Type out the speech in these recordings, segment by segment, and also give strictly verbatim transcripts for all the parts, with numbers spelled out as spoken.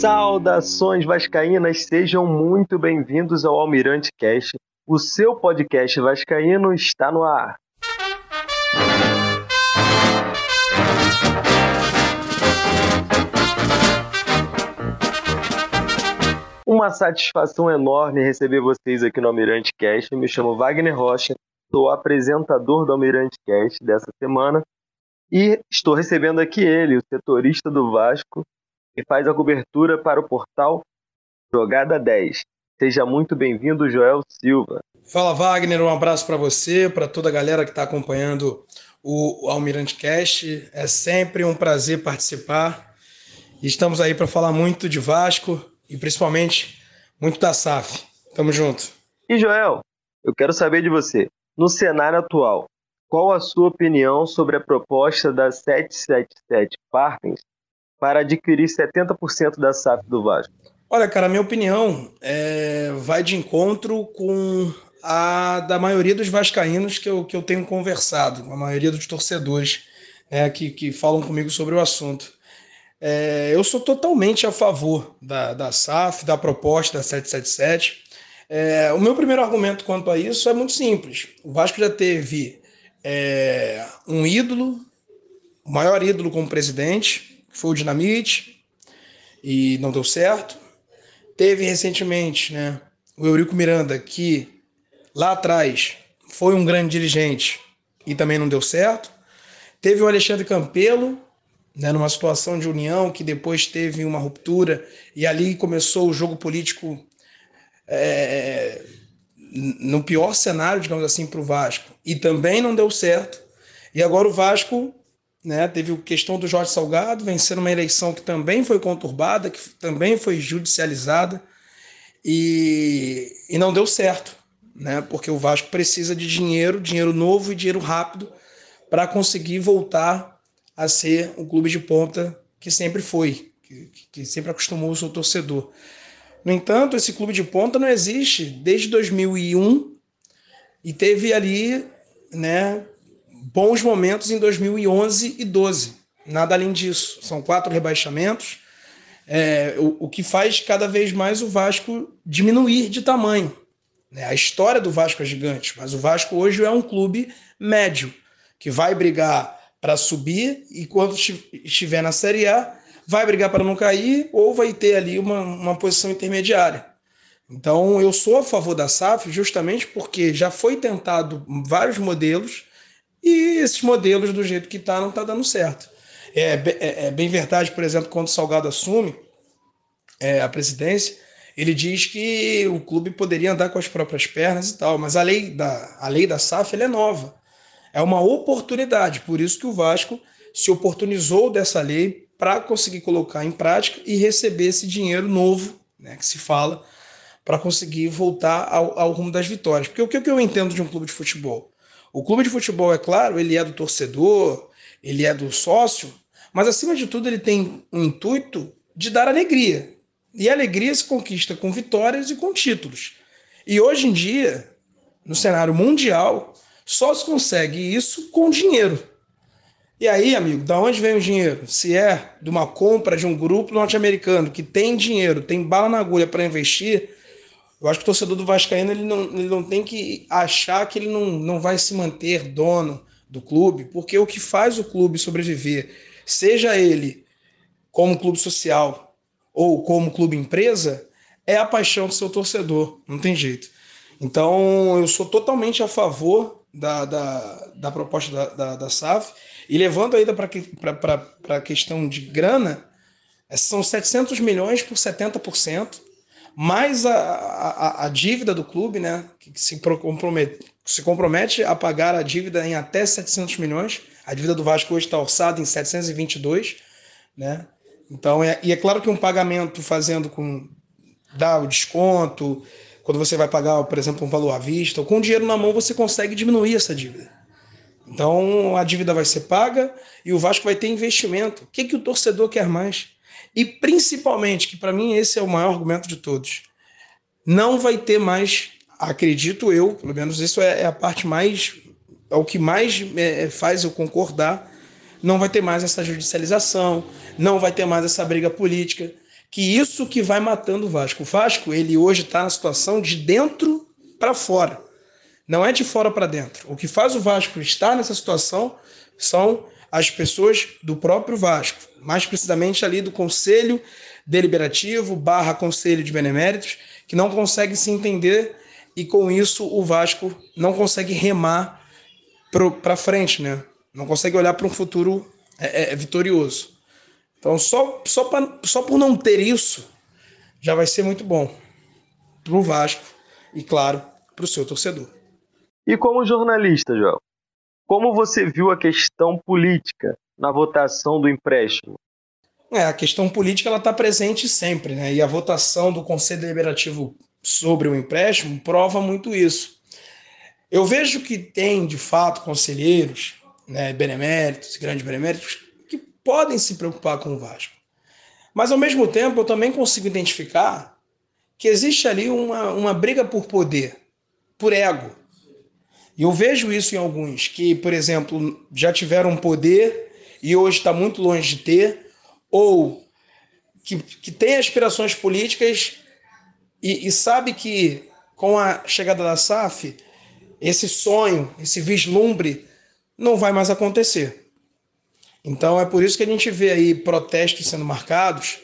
Saudações vascaínas, sejam muito bem-vindos ao Almirante Cast. O seu podcast vascaíno está no ar. Uma satisfação enorme receber vocês aqui no Almirante Cast. Eu me chamo Wagner Rocha, sou apresentador do Almirante Cast dessa semana e estou recebendo aqui ele, o setorista do Vasco, que faz a cobertura para o portal Jogada dez. Seja muito bem-vindo, Joel Silva. Fala, Wagner, um abraço para você, para toda a galera que está acompanhando o Almirante Cast. É sempre um prazer participar. Estamos aí para falar muito de Vasco e principalmente muito da S A F. Tamo junto. E Joel, eu quero saber de você, no cenário atual, qual a sua opinião sobre a proposta da setecentos e setenta e sete Partners para adquirir setenta por cento da S A F do Vasco? Olha, cara, a minha opinião é, vai de encontro com a da maioria dos vascaínos que eu, que eu tenho conversado, a maioria dos torcedores, né, que, que falam comigo sobre o assunto. É, eu sou totalmente a favor da, da S A F, da proposta da setecentos e setenta e sete. É, o meu primeiro argumento quanto a isso é muito simples. O Vasco já teve é, um ídolo, o maior ídolo como presidente, que foi o Dinamite, e não deu certo. Teve recentemente, né, o Eurico Miranda, que lá atrás foi um grande dirigente e também não deu certo. Teve o Alexandre Campelo, né, numa situação de união que depois teve uma ruptura e ali começou o jogo político é, no pior cenário, digamos assim, para o Vasco. E também não deu certo. E agora o Vasco, né, teve a questão do Jorge Salgado, vencendo uma eleição que também foi conturbada, que também foi judicializada e, e não deu certo, né, porque o Vasco precisa de dinheiro, dinheiro novo e dinheiro rápido para conseguir voltar a ser o clube de ponta que sempre foi, que, que sempre acostumou o seu torcedor. No entanto, esse clube de ponta não existe desde dois mil e um e teve ali, né, bons momentos em dois mil e onze e doze. Nada além disso. São quatro rebaixamentos, é, o, o que faz cada vez mais o Vasco diminuir de tamanho. Né? A história do Vasco é gigante, mas o Vasco hoje é um clube médio, que vai brigar para subir e quando estiver na Série A, vai brigar para não cair ou vai ter ali uma, uma posição intermediária. Então eu sou a favor da S A F justamente porque já foi tentado vários modelos e esses modelos, do jeito que está, não está dando certo. É, é, é bem verdade, por exemplo, quando o Salgado assume é, a presidência, ele diz que o clube poderia andar com as próprias pernas e tal, mas a lei da, a lei da S A F ela é nova. É uma oportunidade, por isso que o Vasco se oportunizou dessa lei para conseguir colocar em prática e receber esse dinheiro novo, né, que se fala, para conseguir voltar ao, ao rumo das vitórias. Porque o que, o que eu entendo de um clube de futebol? O clube de futebol, é claro, ele é do torcedor, ele é do sócio, mas acima de tudo ele tem um intuito de dar alegria. E a alegria se conquista com vitórias e com títulos. E hoje em dia, no cenário mundial, só se consegue isso com dinheiro. E aí, amigo, da onde vem o dinheiro? Se é de uma compra de um grupo norte-americano que tem dinheiro, tem bala na agulha para investir, eu acho que o torcedor do Vascaíno ele não, ele não tem que achar que ele não, não vai se manter dono do clube, porque o que faz o clube sobreviver, seja ele como clube social ou como clube empresa, é a paixão do seu torcedor, não tem jeito. Então eu sou totalmente a favor da, da, da proposta da, da, da S A F e levando ainda para a questão de grana, são setecentos milhões por setenta por cento, mais a, a, a dívida do clube, né, que se compromete, se compromete a pagar a dívida em até setecentos milhões. A dívida do Vasco hoje está orçada em setecentos e vinte e dois, né? Então, é, e é claro que um pagamento fazendo com dá o desconto, quando você vai pagar, por exemplo, um valor à vista, ou com dinheiro na mão você consegue diminuir essa dívida. Então a dívida vai ser paga e o Vasco vai ter investimento. O que, que o torcedor quer mais? E principalmente, que para mim esse é o maior argumento de todos, não vai ter mais, acredito eu, pelo menos isso é, é a parte mais, é o que mais é, faz eu concordar, não vai ter mais essa judicialização, não vai ter mais essa briga política, que isso que vai matando o Vasco. O Vasco, ele hoje está na situação de dentro para fora. Não é de fora para dentro. O que faz o Vasco estar nessa situação são as pessoas do próprio Vasco, mais precisamente ali do Conselho Deliberativo barra Conselho de Beneméritos, que não consegue se entender e com isso o Vasco não consegue remar para frente, né? Não consegue olhar para um futuro é, é, vitorioso. Então só, só, pra, só por não ter isso já vai ser muito bom para o Vasco e, claro, para o seu torcedor. E como jornalista, Joel, como você viu a questão política na votação do empréstimo? É, a questão política ela está presente sempre, né? E a votação do Conselho Deliberativo sobre o empréstimo prova muito isso. Eu vejo que tem, de fato, conselheiros, né, beneméritos, grandes beneméritos, que podem se preocupar com o Vasco. Mas, ao mesmo tempo, eu também consigo identificar que existe ali uma, uma briga por poder, por ego. E eu vejo isso em alguns que, por exemplo, já tiveram poder e hoje está muito longe de ter, ou que, que tem aspirações políticas e, e sabe que com a chegada da S A F, esse sonho, esse vislumbre não vai mais acontecer. Então é por isso que a gente vê aí protestos sendo marcados,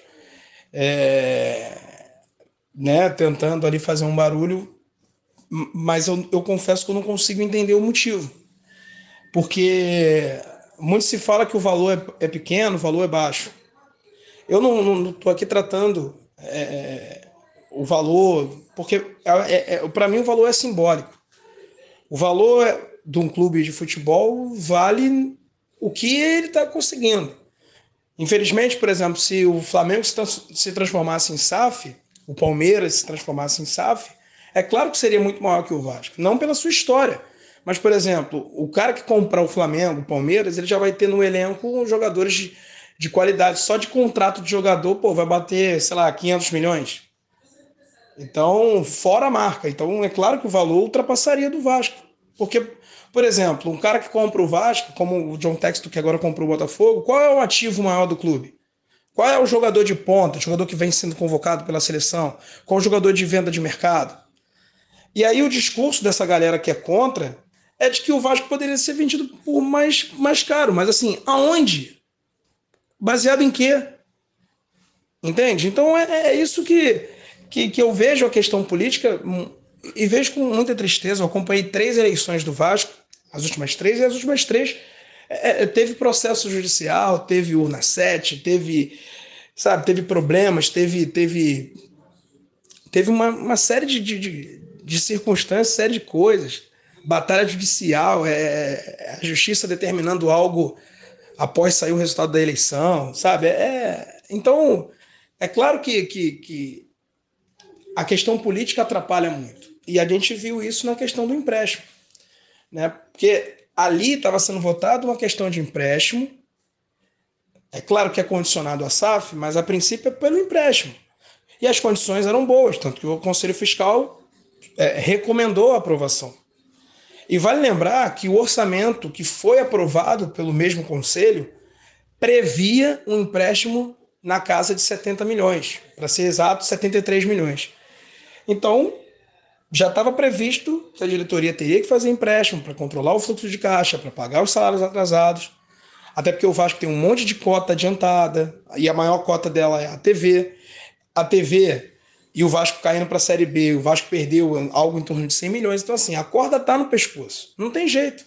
é, né, tentando ali fazer um barulho, mas eu, eu confesso que eu não consigo entender o motivo. Porque muito se fala que o valor é, é pequeno, o valor é baixo. Eu não estou aqui tratando é, o valor, porque é, é, para mim o valor é simbólico. O valor de um clube de futebol vale o que ele está conseguindo. Infelizmente, por exemplo, se o Flamengo se transformasse em S A F, o Palmeiras se transformasse em S A F, é claro que seria muito maior que o Vasco. Não pela sua história, mas, por exemplo, o cara que comprar o Flamengo, o Palmeiras, ele já vai ter no elenco jogadores de, de qualidade. Só de contrato de jogador, pô, vai bater, sei lá, quinhentos milhões. Então, fora a marca. Então, é claro que o valor ultrapassaria do Vasco. Porque, por exemplo, um cara que compra o Vasco, como o John Textor, que agora comprou o Botafogo, qual é o ativo maior do clube? Qual é o jogador de ponta, o jogador que vem sendo convocado pela seleção? Qual é o jogador de venda de mercado? E aí o discurso dessa galera que é contra é de que o Vasco poderia ser vendido por mais, mais caro. Mas assim, aonde? Baseado em quê? Entende? Então é, é isso que, que, que eu vejo a questão política e vejo com muita tristeza. Eu acompanhei três eleições do Vasco, as últimas três, e as últimas três é, teve processo judicial, teve urna sete, teve, sabe, teve problemas, teve, teve, teve uma, uma série de, de, de circunstâncias, série de coisas. Batalha judicial, é, a justiça determinando algo após sair o resultado da eleição, sabe? É, então, é claro que, que, que a questão política atrapalha muito. E a gente viu isso na questão do empréstimo, né? Porque ali estava sendo votado uma questão de empréstimo. É claro que é condicionado à S A F, mas a princípio é pelo empréstimo. E as condições eram boas, tanto que o Conselho Fiscal é, recomendou a aprovação. E vale lembrar que o orçamento que foi aprovado pelo mesmo Conselho previa um empréstimo na casa de setenta milhões, para ser exato, setenta e três milhões. Então, já estava previsto que a diretoria teria que fazer empréstimo para controlar o fluxo de caixa, para pagar os salários atrasados, até porque o Vasco tem um monte de cota adiantada, e a maior cota dela é a T V. A T V e o Vasco caindo para a Série B, o Vasco perdeu algo em torno de cem milhões, então assim, a corda está no pescoço, não tem jeito.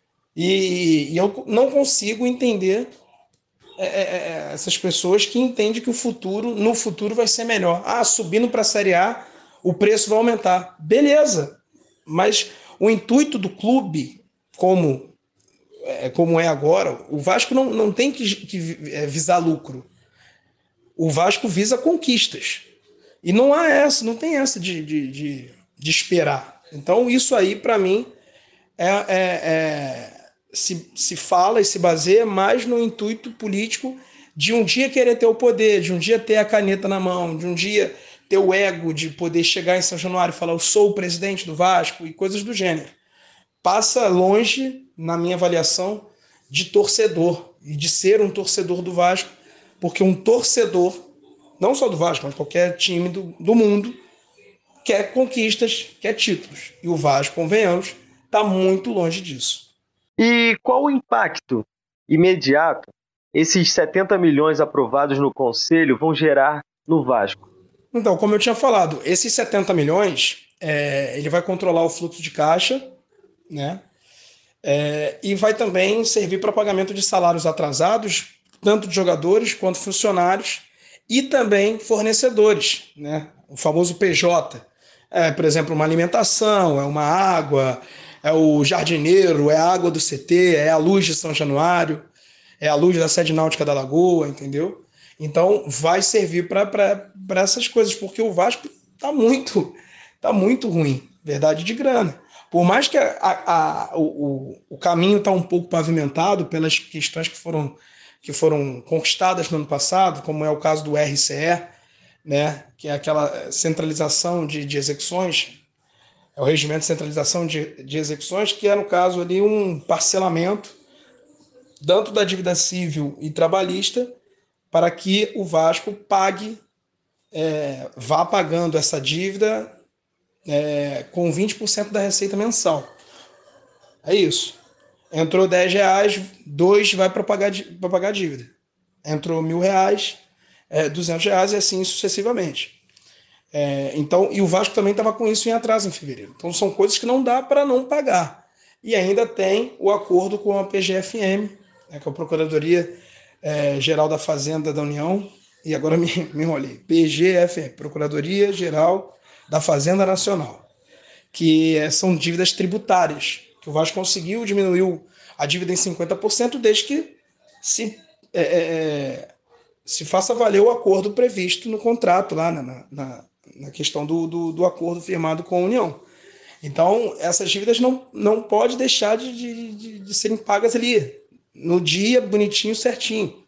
E, e eu não consigo entender é, é, essas pessoas que entendem que o futuro, no futuro vai ser melhor. Ah, subindo para a Série A, o preço vai aumentar. Beleza, mas o intuito do clube, como é, como é agora, o Vasco não, não tem que, que visar lucro. O Vasco visa conquistas. E não há essa, não tem essa de, de, de, de esperar. Então, isso aí, para mim, é, é, é, se, se fala e se baseia mais no intuito político de um dia querer ter o poder, de um dia ter a caneta na mão, de um dia ter o ego de poder chegar em São Januário e falar eu sou o presidente do Vasco e coisas do gênero. Passa longe, na minha avaliação, de torcedor e de ser um torcedor do Vasco, porque um torcedor não só do Vasco, mas qualquer time do, do mundo, quer conquistas, quer títulos. E o Vasco, convenhamos, está muito longe disso. E qual o impacto imediato esses setenta milhões aprovados no Conselho vão gerar no Vasco? Então, como eu tinha falado, esses setenta milhões, é, ele vai controlar o fluxo de caixa, né? É, e vai também servir para pagamento de salários atrasados, tanto de jogadores quanto funcionários, e também fornecedores, né? O famoso P J. É, por exemplo, uma alimentação, é uma água, é o jardineiro, é a água do C T, é a luz de São Januário, é a luz da sede náutica da Lagoa, entendeu? Então vai servir para essas coisas, porque o Vasco tá muito, tá muito ruim, verdade de grana. Por mais que a, a, a, o, o caminho está um pouco pavimentado pelas questões que foram, que foram conquistadas no ano passado, como é o caso do R C E, né, que é aquela centralização de, de execuções, é o regimento de centralização de, de execuções, que é, no caso, ali um parcelamento tanto da dívida civil e trabalhista, para que o Vasco pague, é, vá pagando essa dívida é, com vinte por cento da receita mensal. É isso. Entrou dez reais, dois vai para pagar, para pagar a dívida. Entrou mil reais, é, duzentos reais e assim sucessivamente. É, então, e o Vasco também estava com isso em atraso em fevereiro. Então são coisas que não dá para não pagar. E ainda tem o acordo com a P G F M, né, que é a Procuradoria é, Geral da Fazenda da União, e agora me, me enrolei, P G F M, Procuradoria Geral da Fazenda Nacional, que é, são dívidas tributárias, que o Vasco conseguiu, diminuiu a dívida em cinquenta por cento desde que se, é, é, se faça valer o acordo previsto no contrato, lá na, na, na questão do, do, do acordo firmado com a União. Então, essas dívidas não, não podem deixar de, de, de serem pagas ali, no dia, bonitinho, certinho.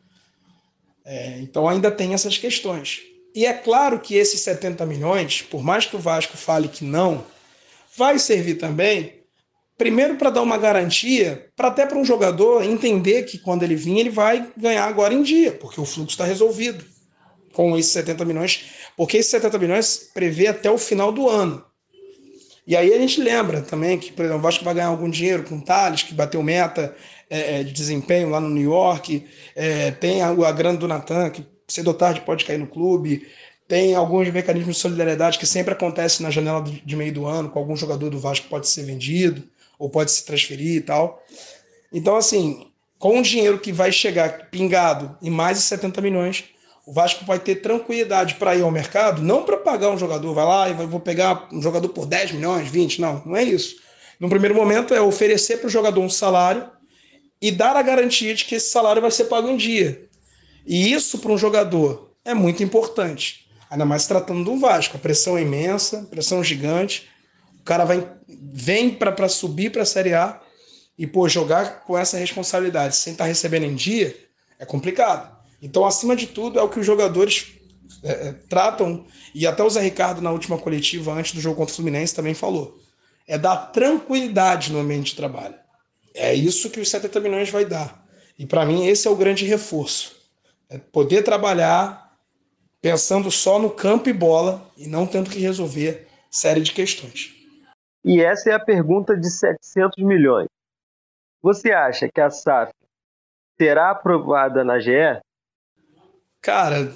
É, então, ainda tem essas questões. E é claro que esses setenta milhões, por mais que o Vasco fale que não, vai servir também, primeiro para dar uma garantia, para até para um jogador entender que quando ele vir, ele vai ganhar agora em dia, porque o fluxo está resolvido com esses setenta milhões, porque esses setenta milhões prevê até o final do ano. E aí a gente lembra também que, por exemplo, o Vasco vai ganhar algum dinheiro com o Thales, que bateu meta é, de desempenho lá no New York, é, tem a, a grana do Natan, que cedo ou tarde pode cair no clube, tem alguns mecanismos de solidariedade que sempre acontecem na janela de meio do ano, com algum jogador do Vasco que pode ser vendido, ou pode se transferir e tal. Então, assim, com o dinheiro que vai chegar pingado em mais de setenta milhões, o Vasco vai ter tranquilidade para ir ao mercado, não para pagar um jogador, vai lá e vou pegar um jogador por dez milhões, vinte, não, não é isso. No primeiro momento é oferecer para o jogador um salário e dar a garantia de que esse salário vai ser pago em dia. E isso para um jogador é muito importante, ainda mais se tratando do Vasco, a pressão é imensa, pressão gigante, o cara vai, vem para subir para a Série A e, pô, jogar com essa responsabilidade sem estar recebendo em dia é complicado. Então, acima de tudo, é o que os jogadores é, tratam, e até o Zé Ricardo, na última coletiva, antes do jogo contra o Fluminense, também falou. É dar tranquilidade no ambiente de trabalho. É isso que os setenta milhões vai dar. E, para mim, esse é o grande reforço. É poder trabalhar pensando só no campo e bola e não tendo que resolver série de questões. E essa é a pergunta de setecentos milhões. Você acha que a S A F será aprovada na G E? Cara,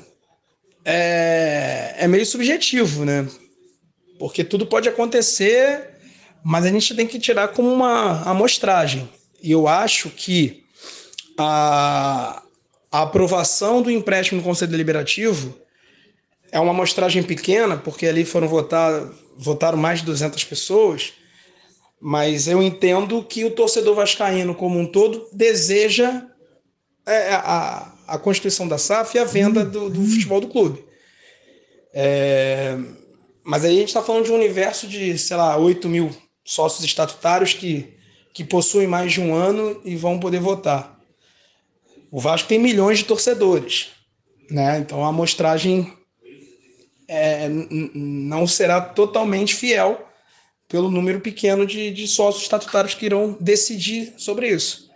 é, é meio subjetivo, né? Porque tudo pode acontecer, mas a gente tem que tirar como uma amostragem. E eu acho que a, a aprovação do empréstimo no Conselho Deliberativo é uma amostragem pequena, porque ali foram votar, votaram mais de duzentas pessoas, mas eu entendo que o torcedor vascaíno como um todo deseja é, a, a constituição da S A F e a venda do, do futebol do clube. É, mas aí a gente está falando de um universo de, sei lá, oito mil sócios estatutários que, que possuem mais de um ano e vão poder votar. O Vasco tem milhões de torcedores, né? Então a amostragem é, não será totalmente fiel pelo número pequeno de, de sócios estatutários que irão decidir sobre isso.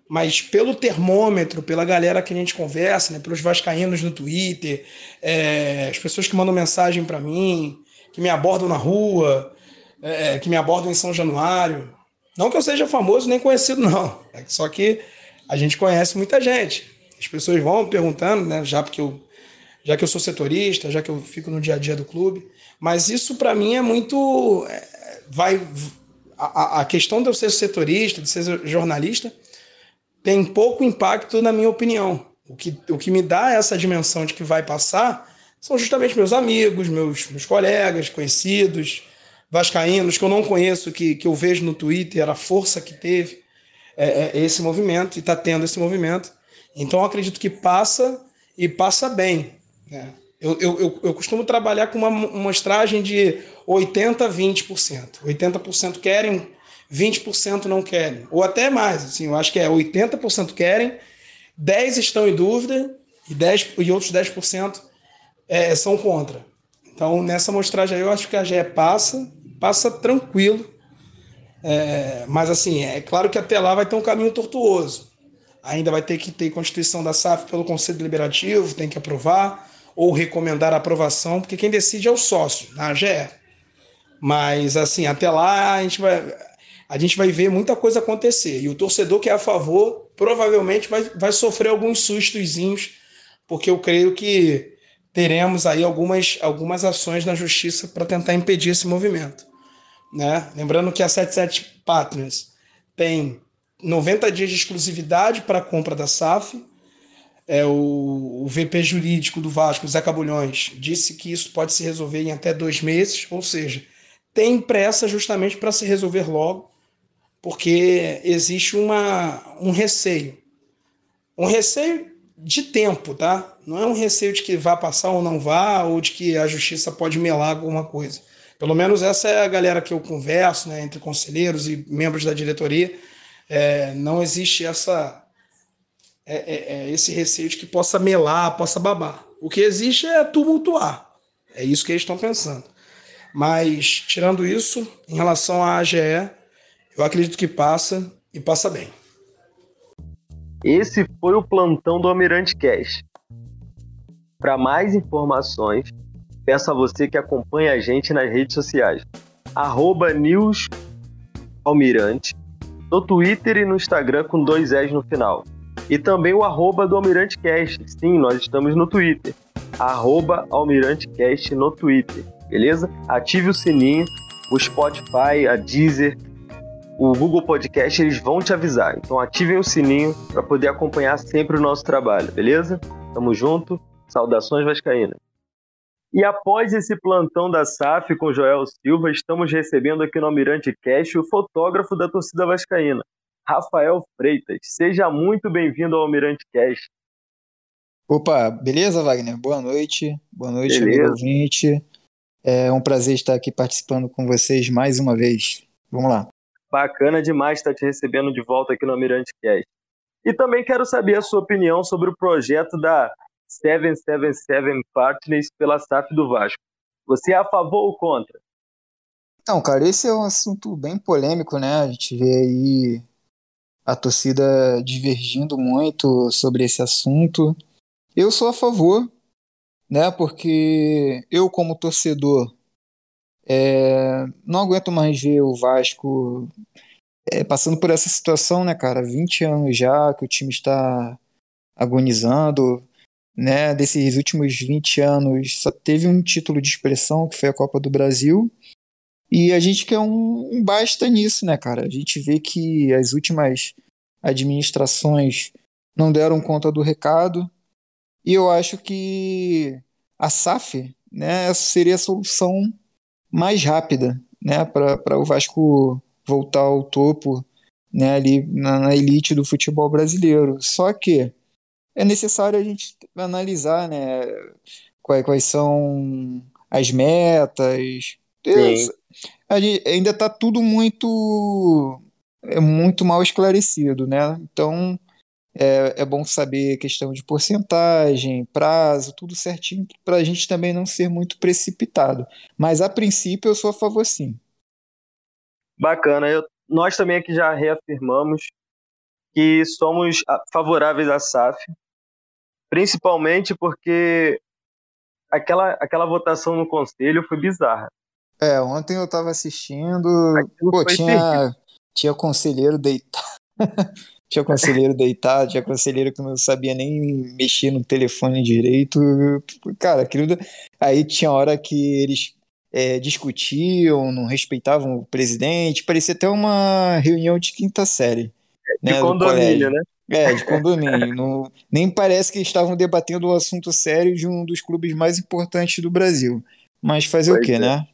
mas pelo termômetro, pela galera que a gente conversa, né, pelos vascaínos no Twitter, é, as pessoas que mandam mensagem para mim, que me abordam na rua, é, que me abordam em São Januário. Não que eu seja famoso nem conhecido, não. É só que a gente conhece muita gente. As pessoas vão perguntando, né, já porque eu, já que eu sou setorista, já que eu fico no dia a dia do clube. Mas isso para mim é muito, é, vai a, a questão de eu ser setorista, de ser jornalista, tem pouco impacto na minha opinião. O que, o que me dá essa dimensão de que vai passar são justamente meus amigos, meus, meus colegas, conhecidos, vascaínos, que eu não conheço, que, que eu vejo no Twitter, a força que teve é, é esse movimento, e está tendo esse movimento. Então eu acredito que passa, e passa bem, né? Eu, eu, eu, eu costumo trabalhar com uma amostragem de oitenta a vinte por cento. oitenta por cento querem, vinte por cento não querem. Ou até mais, assim, eu acho que é oitenta por cento querem, dez por cento estão em dúvida e, dez, e outros dez por cento é, são contra. Então, nessa amostragem aí, eu acho que a G E passa, passa tranquilo. É, mas, assim, é claro que até lá vai ter um caminho tortuoso. Ainda vai ter que ter constituição da S A F pelo Conselho Deliberativo, tem que aprovar ou recomendar a aprovação, porque quem decide é o sócio, na A G E. Mas, assim, até lá a gente vai, a gente vai ver muita coisa acontecer. E o torcedor que é a favor provavelmente vai, vai sofrer alguns sustozinhos, porque eu creio que teremos aí algumas, algumas ações na justiça para tentar impedir esse movimento, né? Lembrando que a setenta e sete Partners tem noventa dias de exclusividade para a compra da S A F. É, o, o V P jurídico do Vasco, Zé Cabulhões, disse que isso pode se resolver em até dois meses, ou seja, tem pressa justamente para se resolver logo, porque existe uma, um receio. Um receio de tempo, tá? Não é um receio de que vá passar ou não vá, ou de que a justiça pode melar alguma coisa. Pelo menos essa é a galera que eu converso, né, entre conselheiros e membros da diretoria. É, não existe essa, é, é, é esse receio de que possa melar, possa babar. O que existe é tumultuar. É isso que eles estão pensando. Mas, tirando isso, em relação à A G E, eu acredito que passa e passa bem. Esse foi o plantão do Almirante Cash. Para mais informações, peço a você que acompanhe a gente nas redes sociais. arroba News Almirante, no Twitter e no Instagram com dois S no final. E também o arroba do Almirante Cast. Sim, nós estamos no Twitter. Arroba Almirante Cast no Twitter, beleza? Ative o sininho, o Spotify, a Deezer, o Google Podcast, eles vão te avisar. Então ativem o sininho para poder acompanhar sempre o nosso trabalho, beleza? Tamo junto. Saudações vascaínas. E após esse plantão da S A F com Joel Silva, estamos recebendo aqui no Almirante Cast o fotógrafo da torcida vascaína, Rafael Freitas. Seja muito bem-vindo ao Almirante Cast. Opa, beleza, Wagner? Boa noite. Boa noite, Beleza. amigo ouvinte. É um prazer estar aqui participando com vocês mais uma vez. Vamos lá. Bacana demais estar te recebendo de volta aqui no Almirante Cast. E também quero saber a sua opinião sobre o projeto da setecentos e setenta e sete Partners pela S A F do Vasco. Você é a favor ou contra? Então, cara, esse é um assunto bem polêmico, né? A gente vê aí a torcida divergindo muito sobre esse assunto. Eu sou a favor, né? Porque eu, como torcedor, é, não aguento mais ver o Vasco é, passando por essa situação, né, cara? vinte anos já que o time está agonizando, né? Desses últimos vinte anos, só teve um título de expressão, que foi a Copa do Brasil, e a gente quer um, um basta nisso, né, cara? A gente vê que as últimas administrações não deram conta do recado, e eu acho que a S A F, né, seria a solução mais rápida, né, para o Vasco voltar ao topo, né, ali na, na elite do futebol brasileiro. Só que é necessário a gente analisar, né, quais, quais são as metas. Sim. A gente, ainda está tudo muito é muito mal esclarecido, né? Então é, é bom saber questão de porcentagem, prazo, tudo certinho para a gente também não ser muito precipitado. Mas a princípio eu sou a favor sim. Bacana. Eu, nós também aqui já reafirmamos que somos a- favoráveis à S A F, principalmente porque aquela, aquela votação no conselho foi bizarra. É, ontem eu tava assistindo, Aquilo pô, foi terrível. tinha, tinha conselheiro deitado, tinha conselheiro deitado, tinha conselheiro que não sabia nem mexer no telefone direito, cara, aquilo, da- aí tinha hora que eles é, discutiam, não respeitavam o presidente, parecia até uma reunião de quinta série, De né, do condomínio, colégio. né? É, de condomínio. Não, nem parece que estavam debatendo o assunto sério de um dos clubes mais importantes do Brasil. Mas fazer o Pois quê, é. né?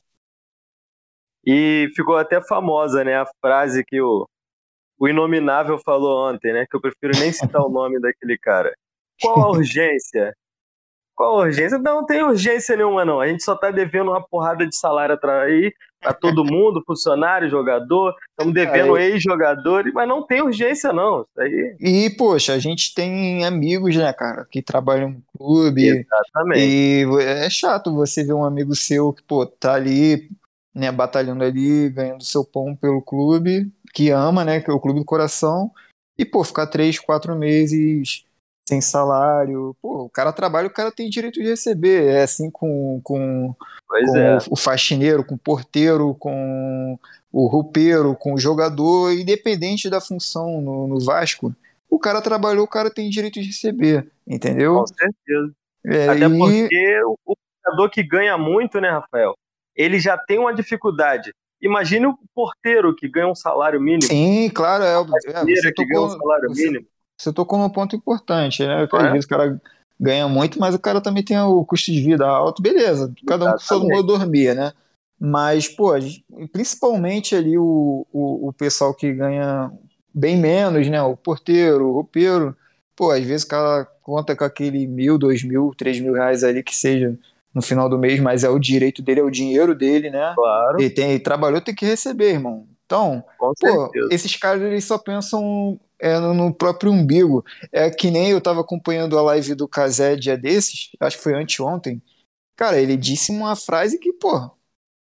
E ficou até famosa, né, a frase que o, o Inominável falou ontem, né? Que eu prefiro nem citar o nome daquele cara. Qual a urgência? Qual a urgência? Não, não tem urgência nenhuma, não. A gente só tá devendo uma porrada de salário aí para todo mundo, funcionário, jogador. Estamos Cara, devendo ex-jogadores, mas não tem urgência, não. Isso aí. e, poxa, a gente tem amigos, né, cara, que trabalham no clube, Exatamente. e é chato você ver um amigo seu que, pô, tá ali, né, batalhando ali, ganhando seu pão pelo clube, que ama, né, que é o clube do coração, e, pô, ficar três, quatro meses sem salário. Pô, o cara trabalha, o cara tem direito de receber. É assim com, com, Pois com o, é. o faxineiro, com o porteiro, com o roupeiro, com o jogador, independente da função no, no Vasco. O cara trabalhou, o cara tem direito de receber, Com entendeu? certeza. É, Até e porque o o jogador que ganha muito, né, Rafael? Ele já tem uma dificuldade. Imagine o porteiro que ganha um salário mínimo, sim, claro, é, é, você mineira que ganha um tocou, salário você, mínimo, você tocou num ponto importante, né? Que não às é? vezes o cara ganha muito, mas o cara também tem o custo de vida alto, beleza, cada um com sua Exatamente. mordomia, né? Mas, pô, a gente- principalmente ali o, o, o pessoal que ganha bem menos, né? O porteiro, o roupeiro, pô, às vezes o cara conta com aquele mil, dois mil, três mil reais ali que seja no final do mês, mas é o direito dele, é o dinheiro dele, né? Claro, Ele tem, ele trabalhou, tem que receber, irmão. Então, com pô, certeza. esses caras eles só pensam é, no, no próprio umbigo. É que nem eu tava acompanhando a live do Cazé dia desses, acho que foi anteontem. Cara, ele disse uma frase que, pô,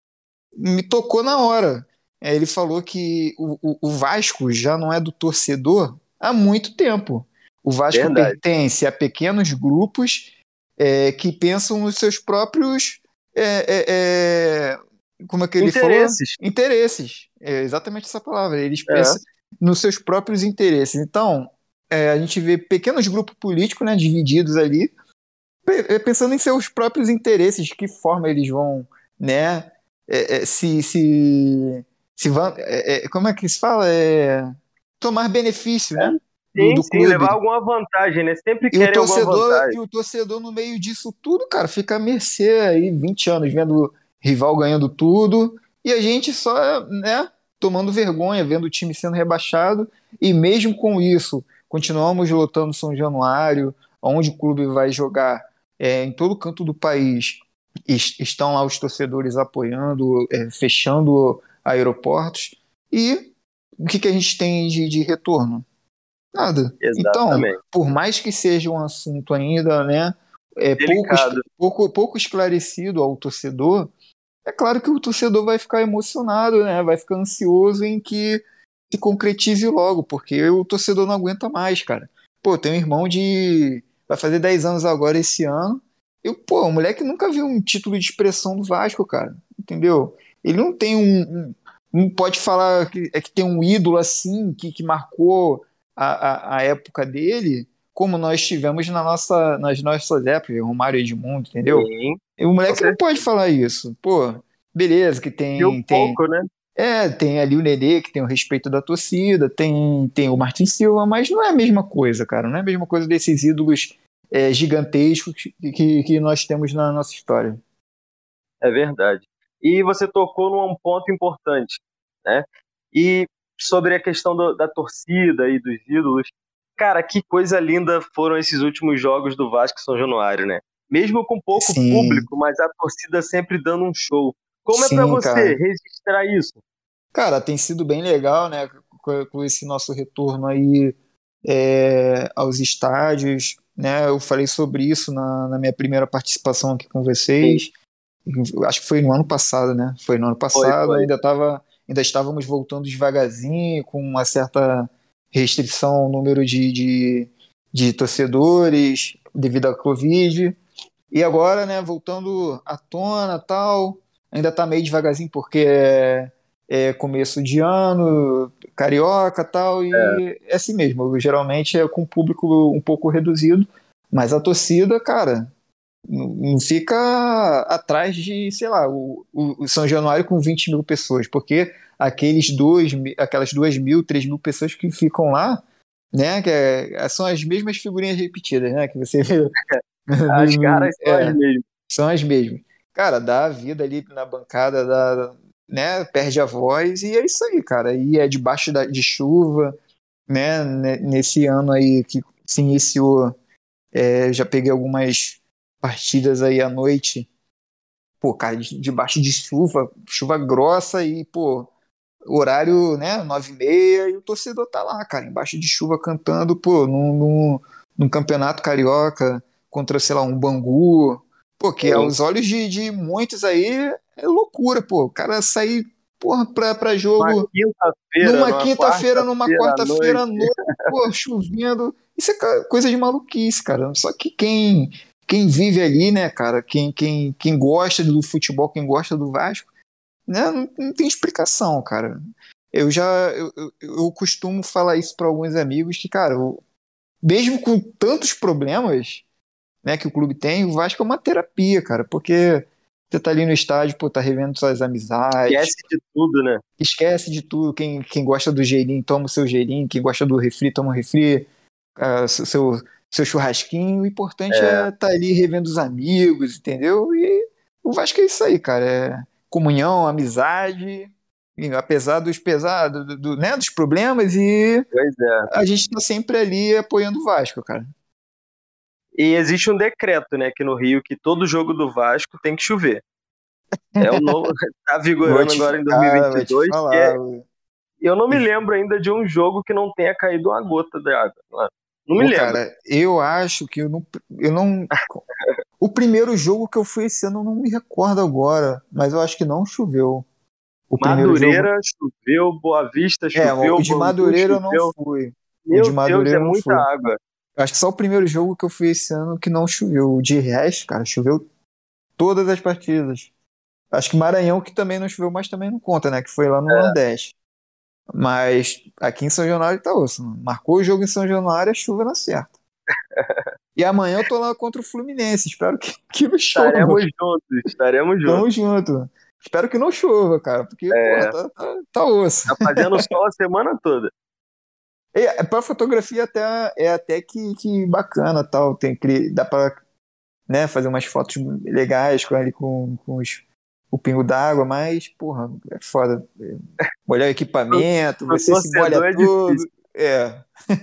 me tocou na hora. É, ele falou que o, o, o Vasco já não é do torcedor há muito tempo. O Vasco Verdade. pertence a pequenos grupos é, que pensam nos seus próprios. é, é, é, como é que ele falou? Interesses. Interesses. É exatamente essa palavra. Eles É, pensam nos seus próprios interesses. Então, é, a gente vê pequenos grupos políticos, né, divididos ali, pe- é, pensando em seus próprios interesses, de que forma eles vão, né, é, é, se, se, se vão, é, é, como é que se fala? É, tomar benefício, é. né, do, Sim, do sim, levar clube. alguma vantagem, né? Sempre E o querem alguma torcedor, vantagem. e o torcedor no meio disso tudo, cara, fica à mercê aí, vinte anos vendo rival ganhando tudo, e a gente só, né, tomando vergonha, vendo o time sendo rebaixado, e mesmo com isso, continuamos lotando São Januário, onde o clube vai jogar é, em todo canto do país, es- estão lá os torcedores apoiando, é, fechando aeroportos, e o que, que a gente tem de, de retorno? Nada. Então, Exatamente. por mais que seja um assunto ainda, né, é, pouco, es- Delicado. pouco, pouco esclarecido ao torcedor, é claro que o torcedor vai ficar emocionado, né, vai ficar ansioso em que se concretize logo, porque o torcedor não aguenta mais, cara. Pô, tem um irmão de. Vai fazer dez anos agora esse ano. E, pô, o moleque nunca viu um título de expressão do Vasco, cara. Entendeu? Ele não tem um. um não pode falar que, é que tem um ídolo assim que, que marcou a, a, a época dele, como nós tivemos na nossa, nas nossas épocas, Romário e Edmundo, entendeu? Sim, E o com moleque não pode certeza. falar isso. Pô, beleza, que Viu tem, tem, pouco, né? é, tem ali o Nenê, que tem o respeito da torcida, tem, tem o Martin Silva, mas não é a mesma coisa, cara. Não é a mesma coisa desses ídolos é, gigantescos que, que, que nós temos na nossa história. É verdade. E você tocou num ponto importante, né? E sobre a questão do- da torcida e dos ídolos, cara, que coisa linda foram esses últimos jogos do Vasco e São Januário, né? Mesmo com pouco Sim, público, mas a torcida sempre dando um show. Como é pra sim, você cara. registrar isso? Cara, tem sido bem legal, né, com, com esse nosso retorno aí é, aos estádios, né? Eu falei sobre isso na, na minha primeira participação aqui com Sim, vocês. Acho que foi no ano passado, né? Foi no ano foi, passado, foi. ainda tava, ainda estávamos voltando devagarzinho, com uma certa restrição ao número de, de, de torcedores devido à Covid. E agora, né, voltando à tona, tal, ainda tá meio devagarzinho porque é, é começo de ano, carioca, tal, e é assim mesmo. Geralmente é com público um pouco reduzido, mas a torcida, cara, não não fica atrás de, sei lá, o, o, o São Januário com vinte mil pessoas, porque aqueles dois, mi- aquelas duas mil, três mil pessoas que ficam lá, né, que é- são as mesmas figurinhas repetidas, né, que você vê. As caras são as É, mesmas. são as mesmas. Cara, dá a vida ali na bancada, dá, né, perde a voz e é isso aí, cara. E é debaixo da, de chuva, né, ne- nesse ano aí que se iniciou, é, já peguei algumas partidas aí à noite, pô, cara, de- debaixo de chuva, chuva grossa e, pô, horário, né, nove e meia e o torcedor tá lá, cara, embaixo de chuva cantando, pô, num, num, num campeonato carioca contra, sei lá, um Bangu, pô, que Sim. aos olhos de, de muitos aí é loucura, pô, o cara sair, porra, pra, pra Uma jogo quinta-feira, numa numa quinta-feira, numa quarta-feira à quarta-feira à noite. noite, pô, chovendo, isso é ca- coisa de maluquice, cara, só que quem... Quem vive ali, né, cara? Quem, quem, quem gosta do futebol, quem gosta do Vasco, né? Não, não tem explicação, cara. Eu já eu, eu, eu costumo falar isso para alguns amigos que, cara, eu- mesmo com tantos problemas, né, que o clube tem, o Vasco é uma terapia, cara, porque você tá ali no estádio, pô, tá revendo suas amizades, Esquece de tudo, né? esquece de tudo. Quem, quem gosta do gelinho, toma o seu gelinho, quem gosta do refri, toma o refri, ah, seu, seu seu churrasquinho. O importante É. é estar tá ali revendo os amigos, entendeu? E o Vasco é isso aí, cara. É comunhão, amizade, e apesar dos pesados, do, do- né, dos problemas, e Pois é. a gente tá sempre ali apoiando o Vasco, cara. E existe um decreto, né, aqui no Rio, que todo jogo do Vasco tem que chover. É o novo, tá Vou vigorando te agora em falar, vou te dois mil e vinte e dois, que é, falar. eu não me lembro ainda de um jogo que não tenha caído uma gota de água. Não não me Pô, lembro. cara, eu acho que eu não, eu não. O primeiro jogo que eu fui esse ano eu não me recordo agora, mas eu acho que não choveu. O primeiro jogo. Madureira choveu, Boa Vista É, o choveu, de Bangu Madureira eu não choveu. fui. O de Meu Deus, Madureira é eu não muita fui. água. Eu acho que só o primeiro jogo que eu fui esse ano que não choveu. O de resto, cara, choveu todas as partidas. Acho que Maranhão que também não choveu, mas também não conta, né? Que foi lá no Nordeste. Mas aqui em São Januário tá osso. Mano. Marcou o jogo em São Januário, a chuva não acerta. E amanhã eu tô lá contra o Fluminense. Espero que, que não chova. Estaremos juntos, estaremos juntos. Tamo junto. Espero que não chova, cara. Porque, porra, É, tá, tá, tá osso. tá fazendo sol a semana toda. É, para fotografia até é até que, que bacana, tal, tem que dá para, né, fazer umas fotos legais com ali com, com os, o pingo d'água, mas porra, é foda. É, molhar o Pro, equipamento, pro você se molha torcedor é todo. difícil. É.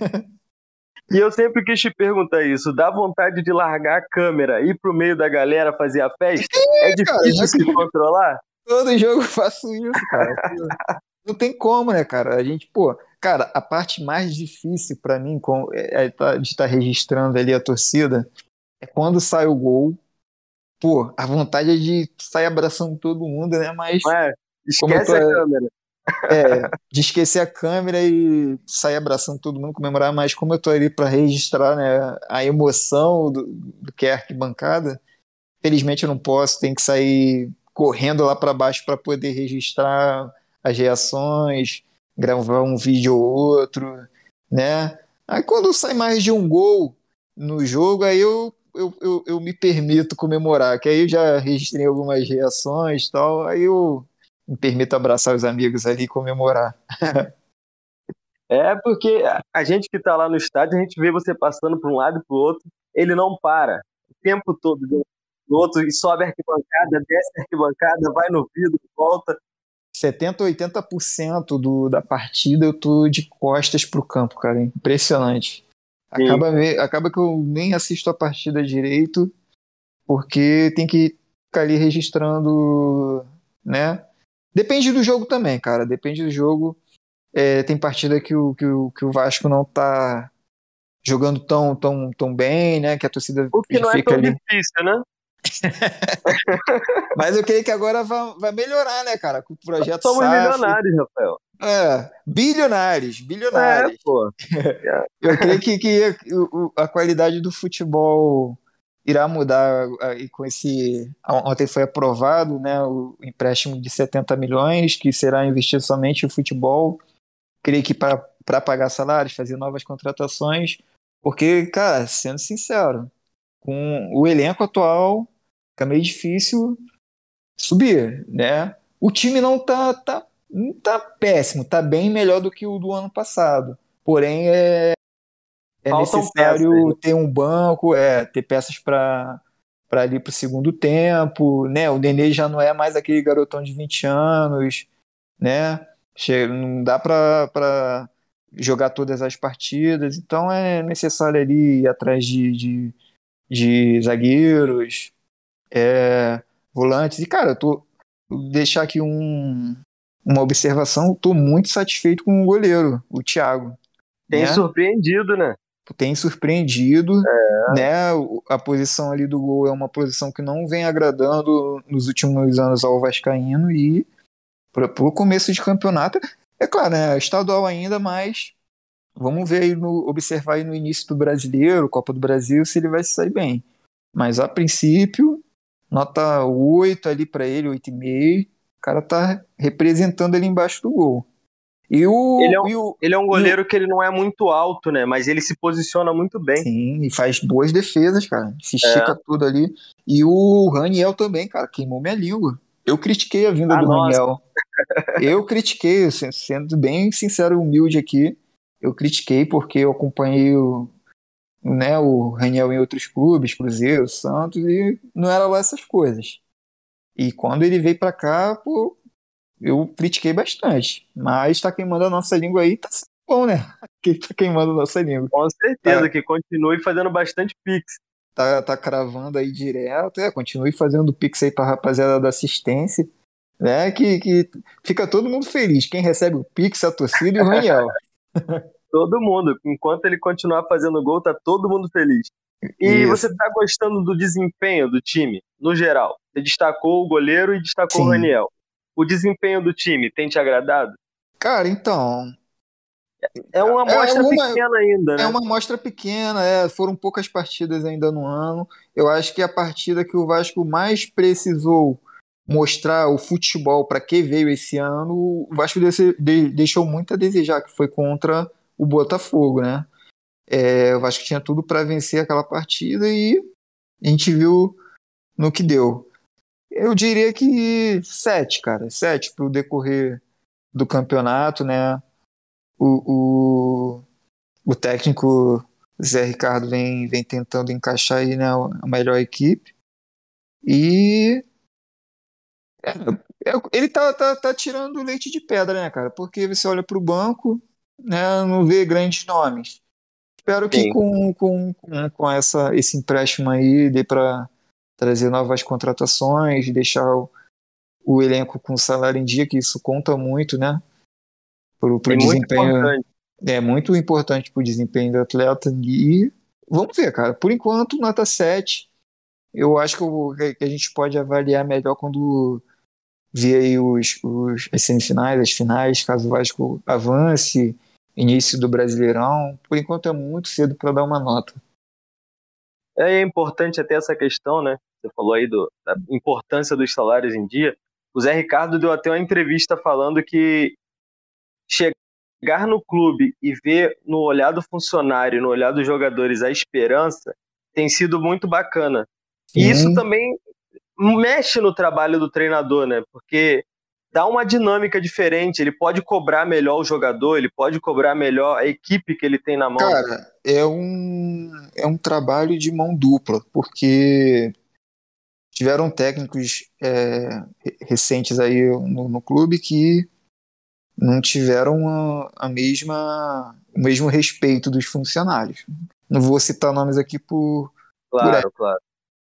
E eu sempre quis te perguntar isso. Dá vontade de largar a câmera, ir pro meio da galera fazer a festa? É Cara, difícil já se que controlar? todo jogo eu faço isso, cara. Não tem como, né, cara? A gente, pô, cara, a parte mais difícil pra mim com, é, é tá- de estar registrando ali a torcida é quando sai o gol. Pô, a vontade é de sair abraçando todo mundo, né? Não Mas é? como eu tô, Esquece a câmera. é, de esquecer a câmera e sair abraçando todo mundo, comemorar, mas como eu tô ali para registrar, né, a emoção do, do que é a arquibancada, felizmente eu não posso, tenho que sair correndo lá para baixo para poder registrar as reações, gravar um vídeo ou outro, né? Aí quando sai mais de um gol no jogo, aí eu, eu, eu, eu me permito comemorar, que aí eu já registrei algumas reações e tal, aí eu me permito abraçar os amigos ali e comemorar. É porque a gente que tá lá no estádio, a gente vê você passando para um lado e pro outro, ele não para. O tempo todo do outro, e sobe a arquibancada, desce a arquibancada, vai no vidro, volta. setenta, oitenta por cento do, da partida eu tô de costas pro campo, cara. Impressionante. Sim. Acaba, me- acaba que eu nem assisto a partida direito, porque tem que ficar ali registrando, né? Depende do jogo também, cara. Depende do jogo. É, tem partida que o, que, o, que o Vasco não tá jogando tão, tão, tão bem, né? Que a torcida O que já não é fica tão ali. difícil, né? Mas eu creio que agora vai, vai melhorar, né, cara? Com o projeto Somos SAF. milionários, Rafael. É, bilionários, É, bilionários. pô. É. Eu creio que, que o- o- a qualidade do futebol irá mudar aí com esse. Ontem foi aprovado, né, o empréstimo de setenta milhões, que será investido somente em futebol. Creio que para para pagar salários, fazer novas contratações, porque, cara, sendo sincero, com o elenco atual, fica meio difícil subir, né? O time não tá, tá, não tá péssimo, tá bem melhor do que o do ano passado. Porém, é, é Faltam peças, necessário né? ter um banco, é, ter peças para para ali para o segundo tempo, né? O Nenê já não é mais aquele garotão de vinte anos, né? Che- Não dá para jogar todas as partidas, então é necessário ali ir atrás de, de, de zagueiros, é, volantes. E, cara, eu tô, vou deixar aqui um, uma observação, eu tô muito satisfeito com o goleiro, o Thiago, Tem né? surpreendido, né? Tem surpreendido, né? O- A posição ali do gol é uma posição que não vem agradando nos últimos anos ao vascaíno e para o começo de campeonato, é claro, né? Estadual ainda, mas vamos ver aí no, observar aí no início do Brasileiro, Copa do Brasil, se ele vai se sair bem. Mas a princípio, nota oito ali para ele, oito e meio. O cara tá representando ali embaixo do gol. E Ele o, é um, e o, ele é um e o goleiro que ele não é muito alto, né? Mas ele se posiciona muito bem. sim, e faz boas defesas, cara. Se estica É. tudo ali. E o Raniel também, cara, queimou minha língua. Eu critiquei a vinda Ah, do nossa. Raniel. Eu critiquei, se- sendo bem sincero e humilde aqui, eu critiquei porque eu acompanhei o, né, o Raniel em outros clubes, Cruzeiro, Santos, e não era lá essas coisas. E quando ele veio pra cá, pô, eu critiquei bastante. Mas tá queimando a nossa língua aí, tá sendo bom, né? Quem tá queimando a nossa língua. Com certeza Tá, que continue fazendo bastante pix. tá, tá cravando aí direto, é, continue fazendo pix aí pra rapaziada da assistência, né? Que, que fica todo mundo feliz. Quem recebe o pix, a torcida e o Raniel. Todo mundo. Enquanto ele continuar fazendo gol, tá todo mundo feliz. E você Isso, tá gostando do desempenho do time, no geral? Você destacou o goleiro e destacou o sim. Raniel. O desempenho do time tem te agradado? Cara, então, É uma é amostra uma, pequena ainda, é né? uma amostra pequena, é, foram poucas partidas ainda no ano. Eu acho que a partida que o Vasco mais precisou mostrar o futebol para que veio esse ano, o Vasco desse- de- deixou muito a desejar, que foi contra o Botafogo, né? É, o Vasco tinha tudo para vencer aquela partida e a gente viu no que deu. Eu diria que sete, cara, sete para o decorrer do campeonato, né? O, o, o técnico Zé Ricardo vem, vem tentando encaixar aí, né, a melhor equipe e é, é, ele tá, tá, tá tirando leite de pedra, né, cara? Porque você olha para o banco, né, não vê grandes nomes. Espero que Sim. com, com, com, com essa, esse empréstimo aí dê para trazer novas contratações, deixar o, o elenco com salário em dia, que isso conta muito, né? Pro, É pro muito desempenho, importante. é muito importante pro desempenho do atleta. E vamos ver, cara. Por enquanto, nota sete. Eu acho que, o- que a gente pode avaliar melhor quando ver aí os, os, as semifinais, as finais, caso o Vasco avance, início do Brasileirão. Por enquanto é muito cedo para dar uma nota. É importante até essa questão, né? Você falou aí do, da importância dos salários em dia. O Zé Ricardo deu até uma entrevista falando que chegar no clube e ver no olhar do funcionário, no olhar dos jogadores, a esperança tem sido muito bacana. E isso Sim, também mexe no trabalho do treinador, né? Porque dá uma dinâmica diferente. Ele pode cobrar melhor o jogador, ele pode cobrar melhor a equipe que ele tem na mão. cara, é um, é um trabalho de mão dupla, porque tiveram técnicos é, re- recentes aí no, no clube que não tiveram a, a mesma, o mesmo respeito dos funcionários. Não vou citar nomes aqui por, por aí, Claro, claro.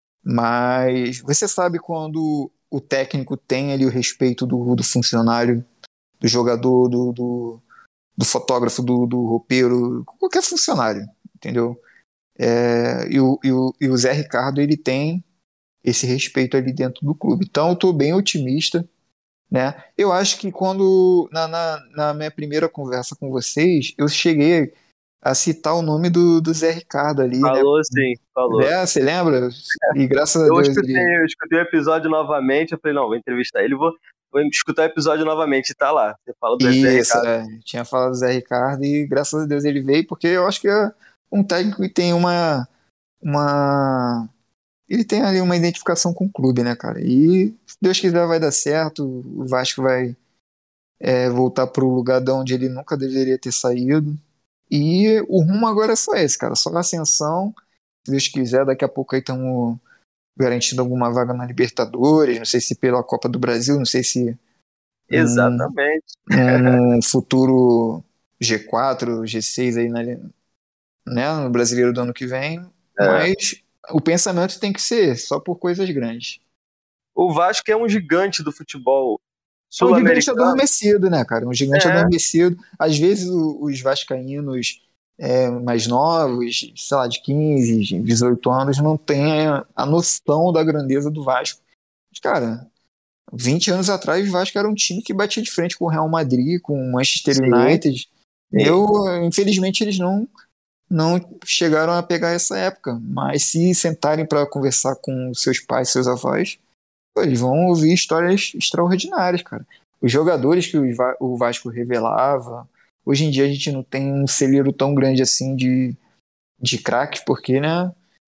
mas você sabe quando o técnico tem ali o respeito do, do funcionário, do jogador, do, do, do fotógrafo, do, do roupeiro, qualquer funcionário, entendeu? É, e, o, e, o, e o Zé Ricardo ele tem esse respeito ali dentro do clube. Então eu estou bem otimista, né? Eu acho que quando, na, na, na minha primeira conversa com vocês, eu cheguei a citar o nome do, do Zé Ricardo ali, né? Falou sim, falou. É, você lembra? E graças a Eu Deus escutei, ele. eu escutei o episódio novamente, eu falei, não, vou entrevistar ele, vou, vou escutar o episódio novamente, e tá lá. Você fala do Zé Isso, Ricardo. é, tinha falado do Zé Ricardo e graças a Deus ele veio, porque eu acho que é um técnico que tem uma, uma. Ele tem ali uma identificação com o clube, né, cara? E se Deus quiser vai dar certo, o Vasco vai é, voltar pro lugar de onde ele nunca deveria ter saído. E o rumo agora é só esse, cara, só ascensão. Se Deus quiser, daqui a pouco aí estamos garantindo alguma vaga na Libertadores, não sei se pela Copa do Brasil, não sei se num, Exatamente. num futuro G quatro, G seis aí na, né, no Brasileiro do ano que vem, É. mas o pensamento tem que ser só por coisas grandes. O Vasco é um gigante do futebol É um gigante sul-americano. adormecido, né, cara? Um gigante É, adormecido. Às vezes o- os vascaínos é, mais novos, sei lá, de quinze, dezoito anos, não têm a, a noção da grandeza do Vasco. Mas, cara, vinte anos atrás o Vasco era um time que batia de frente com o Real Madrid, com o Manchester sim, United. sim. Eu, infelizmente, eles não, não chegaram a pegar essa época. Mas se sentarem para conversar com seus pais, seus avós, pô, eles vão ouvir histórias extraordinárias, cara. Os jogadores que o Va- o Vasco revelava. Hoje em dia a gente não tem um celeiro tão grande assim de, de craques, porque, né?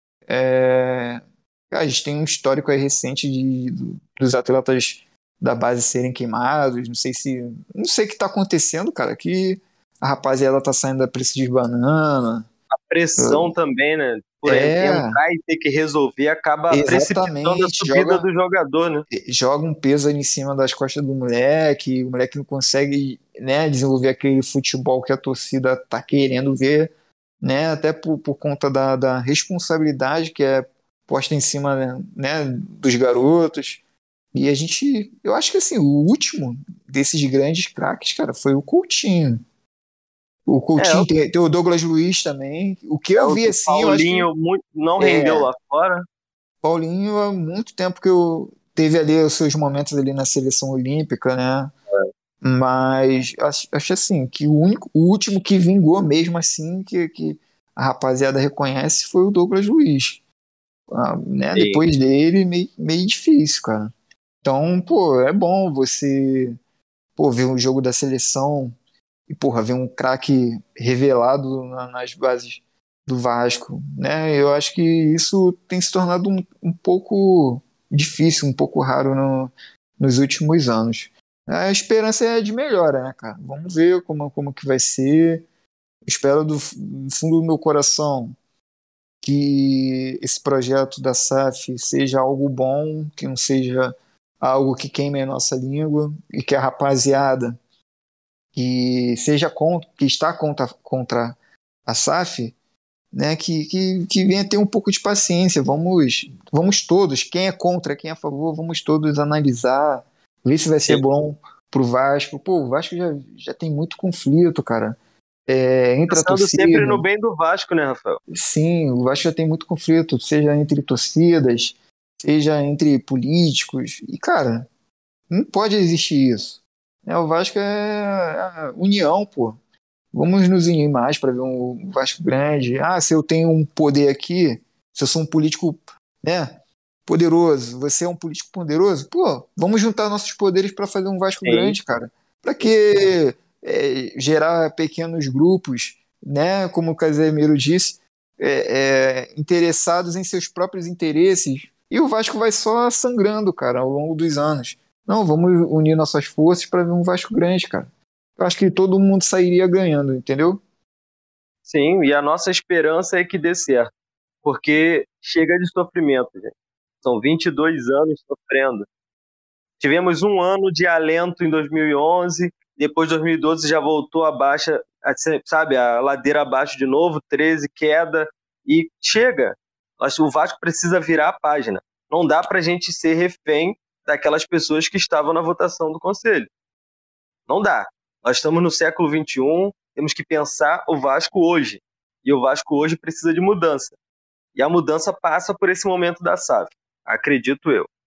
É, a gente tem um histórico aí recente de, do- dos atletas da base serem queimados. Não sei se. Não sei o que tá acontecendo, cara. Que a rapaziada tá saindo a preço de banana. A pressão também, né? Por en- É, entrar e ter que resolver acaba precipitando a exatamente. subida Joga, do jogador, né? joga um peso ali em cima das costas do moleque, o moleque não consegue, né, desenvolver aquele futebol que a torcida tá querendo ver, né, até por, por conta da, da responsabilidade que é posta em cima, né, dos garotos. E a gente, eu acho que assim, o último desses grandes craques, cara, foi o Coutinho. O É, Coutinho tem, tem o Douglas Luiz também. O que é eu o vi assim, eu acho que Paulinho muito, não rendeu é, lá fora. Paulinho há muito tempo que eu teve ali os seus momentos ali na seleção olímpica, né? Mas acho, acho assim que o único, o último que vingou mesmo assim que, que a rapaziada reconhece foi o Douglas Luiz. Ah, né? Sim. Depois dele meio, meio difícil, cara. Então, pô, é bom você, pô, ver um jogo da seleção e porra, ver um craque revelado na- nas bases do Vasco, né? Eu acho que isso tem se tornado um, um pouco difícil, um pouco raro no- nos últimos anos. A esperança é de melhora, né, cara? Vamos ver como, como que vai ser. Espero do, f- do fundo do meu coração que esse projeto da S A F seja algo bom, que não seja algo que queime a nossa língua e que a rapaziada que seja contra, que está contra, contra a S A F, né, que, que, que venha ter um pouco de paciência. Vamos, vamos todos, quem é contra, quem é a favor, vamos todos analisar, ver se vai ser Sim. bom pro Vasco. Pô, o Vasco já, já tem muito conflito, cara. É, entre a Pensando sempre torcida. no bem do Vasco, né, Rafael? Sim, o Vasco já tem muito conflito, seja entre torcidas, seja entre políticos. E, cara, não pode existir isso. É, o Vasco é é união, pô. Vamos nos unir mais para ver um Vasco grande. Ah, se eu tenho um poder aqui, se eu sou um político, né, poderoso, você é um político poderoso, pô, vamos juntar nossos poderes para fazer um Vasco Sim. grande, cara. Para que é, gerar pequenos grupos, né, como o Casemiro disse, é, é, interessados em seus próprios interesses. E o Vasco vai só sangrando, cara, ao longo dos anos. Não, vamos unir nossas forças para ver um Vasco grande, cara. Eu acho que todo mundo sairia ganhando, entendeu? Sim, e a nossa esperança é que dê certo, porque chega de sofrimento, gente. São vinte e dois anos sofrendo. Tivemos um ano de alento em dois mil e onze, depois de dois mil e doze já voltou a baixa, sabe, a ladeira abaixo de novo, treze, queda, e chega. O Vasco precisa virar a página. Não dá para a gente ser refém daquelas pessoas que estavam na votação do Conselho. Não dá. Nós estamos no século vinte e um, temos que pensar o Vasco hoje. E o Vasco hoje precisa de mudança. E a mudança passa por esse momento da S A F, acredito eu.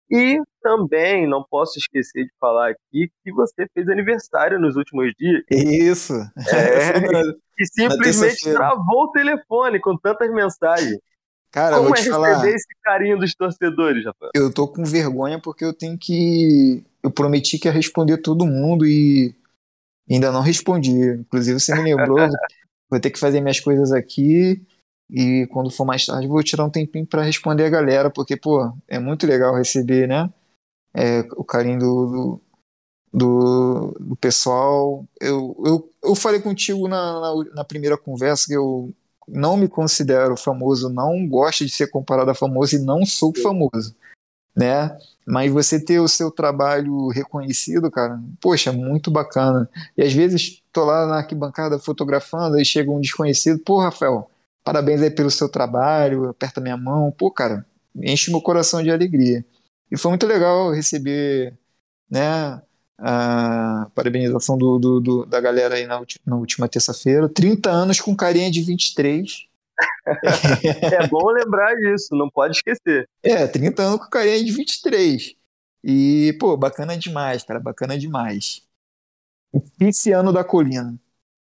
E também não posso esquecer de falar aqui que você fez aniversário nos últimos dias. Isso, É, foi na, e na simplesmente terça-feira. travou o telefone com tantas mensagens. Cara, eu vou Como é te receber falar, esse carinho dos torcedores, rapaz? eu tô com vergonha porque eu tenho que. Eu prometi que ia responder todo mundo e ainda não respondi. Inclusive, você me lembrou, vou ter que fazer minhas coisas aqui e quando for mais tarde vou tirar um tempinho para responder a galera, porque, pô, é muito legal receber, né? É, o carinho do, do, do pessoal. Eu, eu, eu falei contigo na, na, na primeira conversa que eu não me considero famoso, não gosto de ser comparado a famoso e não sou famoso, né? Mas você ter o seu trabalho reconhecido, cara, poxa, muito bacana. E às vezes tô lá na arquibancada fotografando e chega um desconhecido, pô, Rafael, parabéns aí pelo seu trabalho, aperta minha mão, pô, cara, enche meu coração de alegria. E foi muito legal receber, né, a parabenização do, do- do- da galera aí na, ulti- na última terça-feira. Trinta anos com carinha de vinte e três. É bom lembrar disso, não pode esquecer. É, trinta anos com carinha de vinte e três. E, pô, bacana demais, cara, bacana demais. Pisciano da Colina.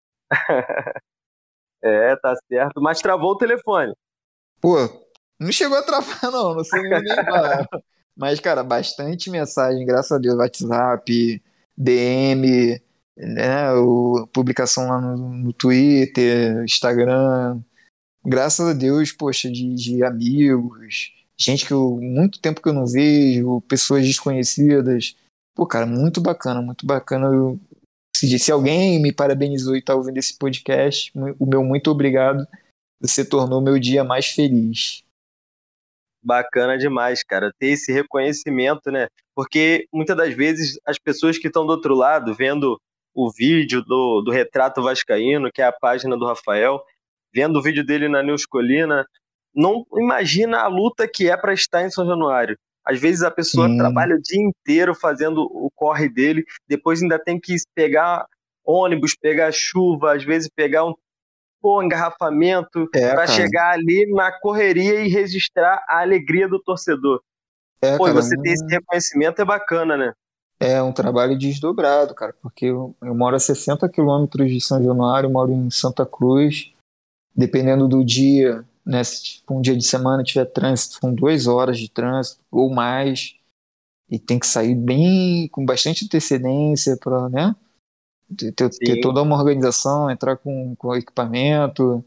É, tá certo. Mas travou o telefone. Pô, não chegou a travar, não, não sei nem lá. Mas, cara, bastante mensagem, graças a Deus, WhatsApp, D M, né, o, publicação lá no, no Twitter, Instagram. Graças a Deus, poxa, de, de amigos, gente que eu, muito tempo que eu não vejo, pessoas desconhecidas. Pô, cara, muito bacana, muito bacana. Eu, se, se alguém me parabenizou e tá ouvindo esse podcast, o meu muito obrigado. Você tornou meu dia mais feliz. Bacana demais, cara, ter esse reconhecimento, né? Porque muitas das vezes as pessoas que estão do outro lado, vendo o vídeo do, do Retrato Vascaíno, que é a página do Rafael, vendo o vídeo dele na News Colina, não imagina a luta que é para estar em São Januário. Às vezes a pessoa Sim, trabalha o dia inteiro fazendo o corre dele, depois ainda tem que pegar ônibus, pegar chuva, às vezes pegar um pô, engarrafamento é, para cara. chegar ali na correria e registrar a alegria do torcedor. É, Pô, e cara, você ter esse um, reconhecimento é bacana, né? é um trabalho desdobrado, cara, porque eu, eu moro a sessenta quilômetros de São Januário, moro em Santa Cruz. Dependendo do dia, né, se tipo, um dia de semana tiver trânsito, são duas horas de trânsito ou mais, e tem que sair bem, com bastante antecedência para, né, ter, ter, ter Sim. toda uma organização, entrar com, com equipamento,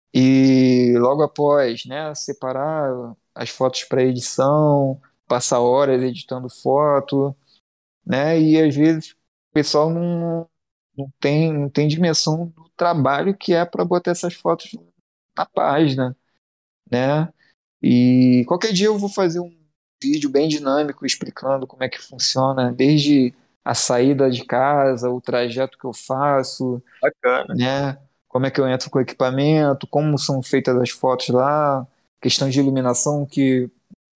e logo após, né, separar as fotos para edição, passar horas editando foto, né, e às vezes o pessoal não, não tem, não tem dimensão do trabalho que é para botar essas fotos na página, né? E qualquer dia eu vou fazer um vídeo bem dinâmico explicando como é que funciona, desde a saída de casa, o trajeto que eu faço, Bacana. né? Como é que eu entro com o equipamento, como são feitas as fotos lá, questão de iluminação que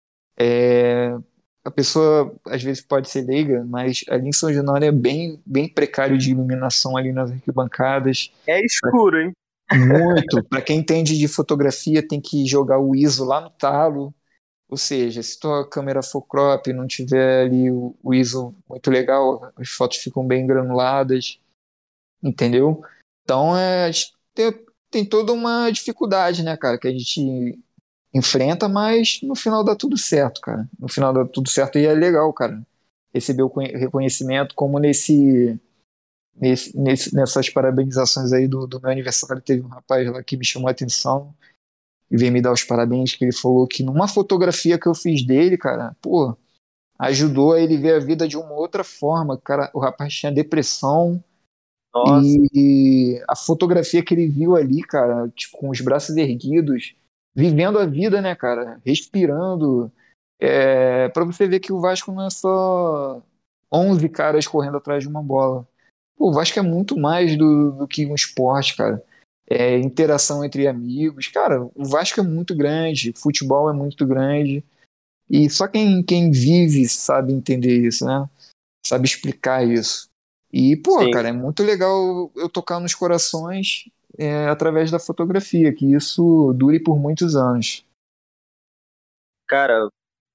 é, a pessoa às vezes pode ser leiga, mas ali em São Januário é bem, bem precário de iluminação ali nas arquibancadas. É escuro, hein? Muito. Para quem entende de fotografia, tem que jogar o I S O lá no talo. Ou seja, se tua câmera for crop e não tiver ali o, o I S O muito legal, as fotos ficam bem granuladas, entendeu? Então, é, tem, tem toda uma dificuldade, né, cara, que a gente enfrenta, mas no final dá tudo certo, cara. No final dá tudo certo e é legal, cara, receber o conhe- reconhecimento, como nesse, nesse, nesse- nessas parabenizações aí do, do meu aniversário, teve um rapaz lá que me chamou a atenção e veio me dar os parabéns, que ele falou que numa fotografia que eu fiz dele, cara, pô, ajudou a ele ver a vida de uma outra forma. O cara, o rapaz tinha depressão Nossa, e, e a fotografia que ele viu ali, cara, tipo, com os braços erguidos, vivendo a vida, né, cara, respirando, é, para você ver que o Vasco não é só onze caras correndo atrás de uma bola. Pô, o Vasco é muito mais do, do que um esporte, cara. É interação entre amigos. Cara, o Vasco é muito grande, futebol é muito grande. E só quem, quem vive sabe entender isso, né? Sabe explicar isso. E, pô, sim. cara, é muito legal eu tocar nos corações é, através da fotografia, que isso dure por muitos anos. Cara,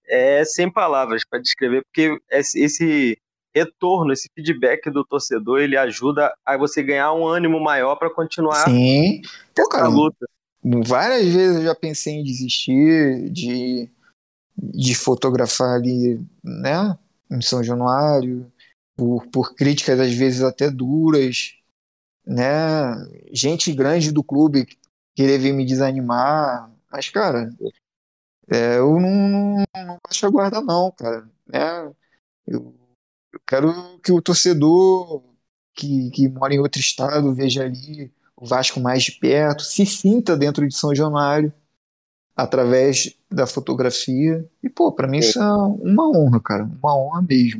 é sem palavras para descrever, porque esse, esse retorno, esse feedback do torcedor, ele ajuda a você ganhar um ânimo maior para continuar Sim. Pô, essa cara, luta. várias vezes eu já pensei em desistir de, de fotografar ali, né, em São Januário, por, por críticas às vezes até duras, né, gente grande do clube querer vir me desanimar, mas, cara, é, eu não, não baixo a guarda não, cara, né, eu, eu quero que o torcedor que, que mora em outro estado veja ali o Vasco mais de perto, se sinta dentro de São Januário, através da fotografia. E, pô, pra mim Sim. isso é uma honra, cara. Uma honra mesmo.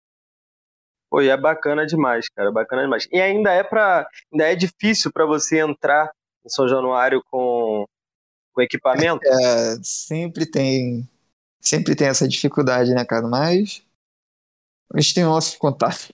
Pô, e é bacana demais, cara, bacana demais. E ainda é para, ainda é difícil para você entrar em São Januário com, com equipamento? É, sempre tem, sempre tem essa dificuldade, né, cara? Mas a gente tem nossos contatos.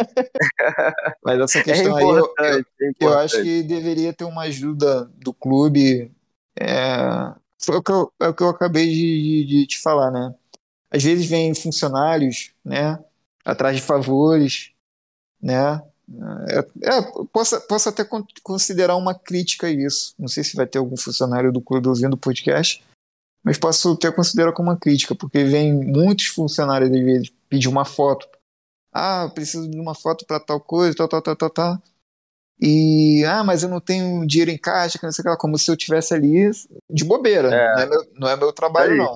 Mas essa É questão aí, eu, eu, importante, é eu acho importante. que deveria ter uma ajuda do clube. É, foi o que eu, é o que eu acabei de, de, de te falar, né? Às vezes vem funcionários, né, atrás de favores, né? É, é, posso, posso até con- considerar uma crítica a isso. Não sei se vai ter algum funcionário do clube ouvindo o podcast, mas posso até considerar como uma crítica, porque vem muitos funcionários às vezes pedir uma foto. Ah, eu preciso de uma foto para tal coisa, tal, tal, tal, tal, tal. E, ah, mas eu não tenho dinheiro em caixa, que não sei o que lá, como se eu tivesse ali de bobeira. É, Não é meu, não é meu isso trabalho, aí. não.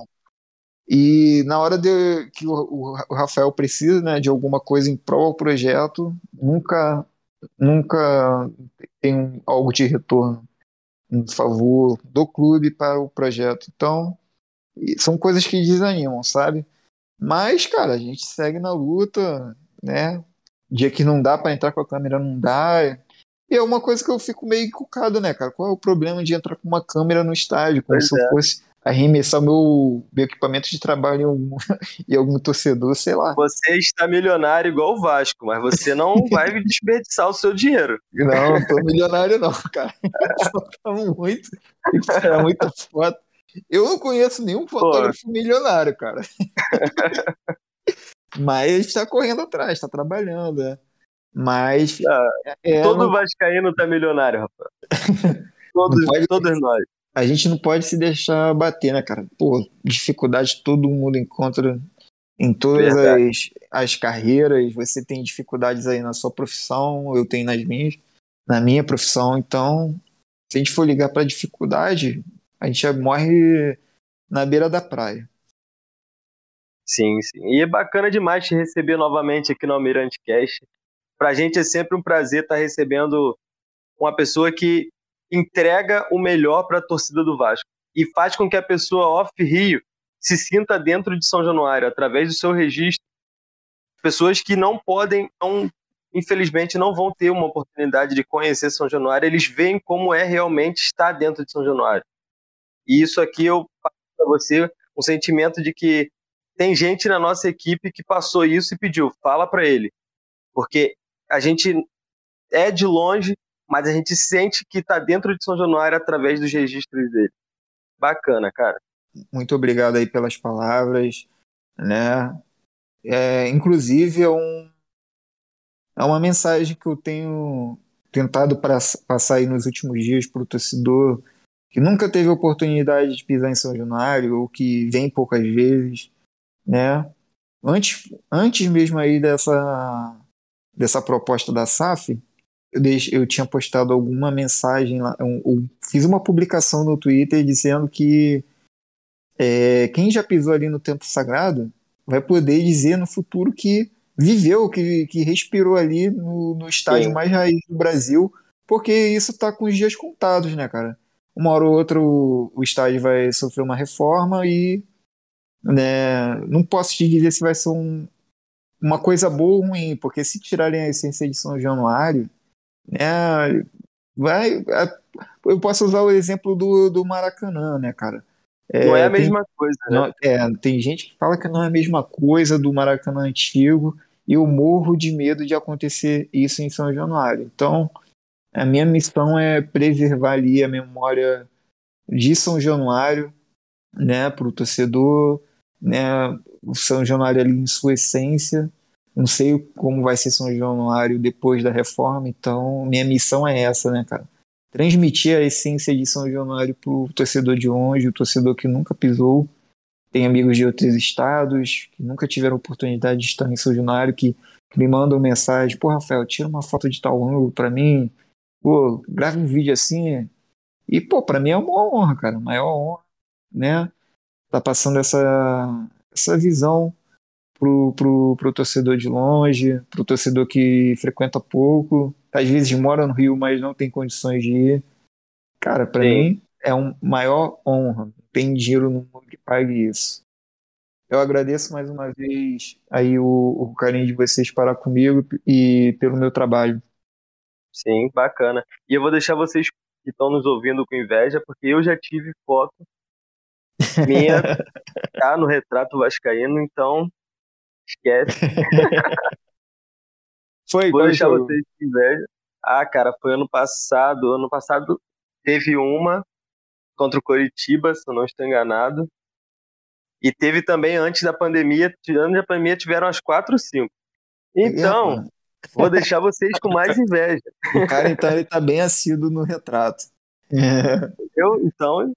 E na hora de, que o, o, o Rafael precisa, né, de alguma coisa em prol ao projeto, nunca, nunca tem algo de retorno em favor do clube para o projeto. Então, e são coisas que desanimam, sabe? Mas, cara, a gente segue na luta, né? Dia que não dá para entrar com a câmera, não dá. E é uma coisa que eu fico meio encucado, né, cara? Qual é o problema de entrar com uma câmera no estádio? Como Pois se eu é. fosse arremessar meu, meu equipamento de trabalho em algum, em algum torcedor, sei lá. Você está milionário igual o Vasco, mas você não vai desperdiçar o seu dinheiro. Não, não tô milionário não, cara. Falta muito, tem que tirar muita foto. Eu não conheço nenhum Pô, fotógrafo milionário, cara. Mas está correndo atrás, está trabalhando, né? Mas ah, é, todo não, vascaíno tá milionário, rapaz. não Todos, pode, todos nós. a gente não pode se deixar bater, né, cara? Pô, dificuldade todo mundo encontra em todas Verdade. as, as carreiras. Você tem dificuldades aí na sua profissão, eu tenho nas minhas, na minha profissão. Então, se a gente for ligar para dificuldade, a gente já morre na beira da praia. Sim, sim. E é bacana demais te receber novamente aqui no Almirante Cast. Pra gente é sempre um prazer estar recebendo uma pessoa que entrega o melhor para a torcida do Vasco e faz com que a pessoa off-Rio se sinta dentro de São Januário, através do seu registro. Pessoas que não podem, não, infelizmente, não vão ter uma oportunidade de conhecer São Januário, eles veem como é realmente estar dentro de São Januário. E isso aqui eu passo para você um sentimento de que tem gente na nossa equipe que passou isso e pediu, fala para ele, porque a gente é de longe, mas a gente sente que está dentro de São Januário através dos registros dele. Bacana, cara. Muito obrigado aí pelas palavras, né? É, inclusive, é, um, é uma mensagem que eu tenho tentado pra, passar aí nos últimos dias para o torcedor que nunca teve oportunidade de pisar em São Januário ou que vem poucas vezes, né? Antes, antes mesmo aí dessa, dessa proposta da S A F, eu, deix, eu tinha postado alguma mensagem lá, eu, eu fiz uma publicação no Twitter dizendo que é, quem já pisou ali no Templo Sagrado vai poder dizer no futuro que viveu, que, que respirou ali no, no estádio Sim, mais raiz do Brasil, porque isso está com os dias contados, né, cara? Uma hora ou outra o, o estádio vai sofrer uma reforma e, né, não posso te dizer se vai ser um, uma coisa boa ou ruim, porque se tirarem a essência de São Januário, né, vai, eu posso usar o exemplo do, do Maracanã, né, cara? não é É, a tem mesma coisa, né? não, é, tem gente que fala que não é a mesma coisa do Maracanã antigo e eu morro de medo de acontecer isso em São Januário. Então, a minha missão é preservar ali a memória de São Januário, né, para o torcedor, né? O São Januário ali em sua essência. Não sei como vai ser São Januário depois da reforma, então minha missão é essa, né, cara? Transmitir a essência de São Januário pro torcedor de longe, o torcedor que nunca pisou. Tem amigos de outros estados que nunca tiveram oportunidade de estar em São Januário, que, que me mandam mensagem: pô, Rafael, tira uma foto de tal ângulo pra mim, pô, grava um vídeo assim. E, pô, pra mim é uma honra, cara, maior honra, né? Tá passando essa, essa visão pro, pro, pro torcedor de longe, pro torcedor que frequenta pouco, às vezes mora no Rio, mas não tem condições de ir. Cara, pra Sim. mim é uma maior honra. Não tem dinheiro no mundo que pague isso. Eu agradeço mais uma vez aí o, o carinho de vocês parar comigo e pelo meu trabalho. Sim, bacana. E eu vou deixar vocês que estão nos ouvindo com inveja, porque eu já tive foto minha tá no Retrato Vascaíno, então esquece. Foi, Vou qual deixar jogo? vocês com inveja. Ah, cara, foi ano passado. Ano passado teve uma contra o Coritiba, se eu não estou enganado. E teve também antes da pandemia, antes da pandemia tiveram as quatro ou cinco. Então, Epa, vou deixar vocês com mais inveja. o cara então ele tá bem assíduo no retrato. Eu, então,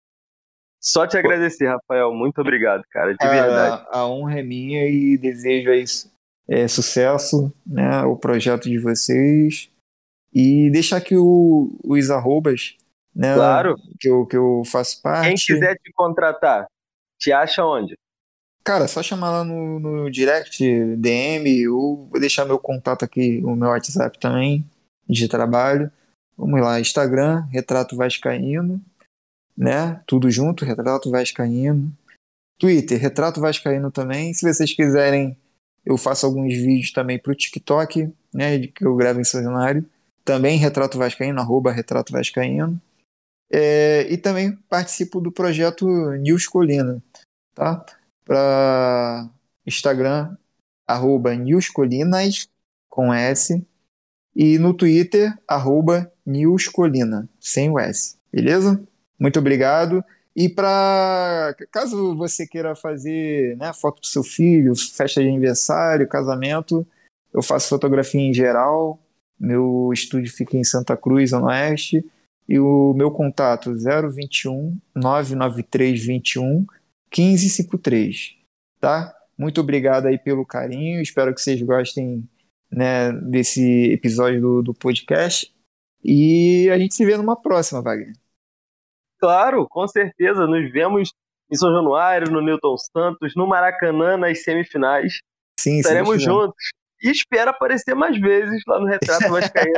só te agradecer, Rafael. Muito obrigado, cara, de verdade. A, a honra é minha e desejo aí, é, sucesso, né, o projeto de vocês. E deixar aqui o, os arrobas, né, Claro, que eu, que eu faço quem parte. quiser te contratar, te acha onde? Cara, só chamar lá no, no direct, D M, ou vou deixar meu contato aqui, o meu WhatsApp também, de trabalho. Vamos lá, Instagram, Retrato Vascaíno, né? Tudo junto, Retrato Vascaíno. Twitter, Retrato Vascaíno também. Se vocês quiserem, eu faço alguns vídeos também pro TikTok, né? Que eu gravo em São Januário. Também Retrato Vascaíno, arroba Retrato Vascaíno. É, e também participo do projeto News Colina, tá? Para Instagram, arroba News Colinas, com S. E no Twitter, arroba News Colina, sem o S. Beleza? Muito obrigado. E para caso você queira fazer, né, foto do seu filho, festa de aniversário, casamento, eu faço fotografia em geral. Meu estúdio fica em Santa Cruz, Zona Oeste. E o meu contato zero vinte e um, nove nove três vinte e um, quinze cinquenta e três. Tá? Muito obrigado aí pelo carinho. Espero que vocês gostem, né, desse episódio do, do podcast. E a gente se vê numa próxima, Wagner. Claro, com certeza. Nos vemos em São Januário, no Newton Santos, no Maracanã, nas semifinais. Sim, se Deus Estaremos quiser. juntos. E espero aparecer mais vezes lá no Retrato Vascaíno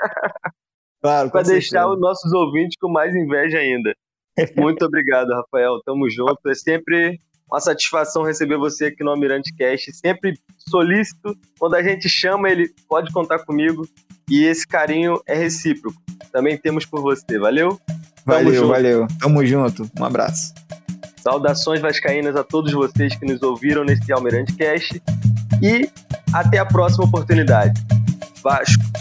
Claro, para com deixar certeza. os nossos ouvintes com mais inveja ainda. Muito obrigado, Rafael. Tamo junto. É sempre uma satisfação receber você aqui no Almirante Cast. Sempre solícito. Quando a gente chama, ele pode contar comigo. E esse carinho é recíproco. Também temos por você. Valeu? Tamo Valeu, junto. valeu. Tamo junto. Um abraço. Saudações vascaínas a todos vocês que nos ouviram nesse Almirante Cast. E até a próxima oportunidade. Vasco.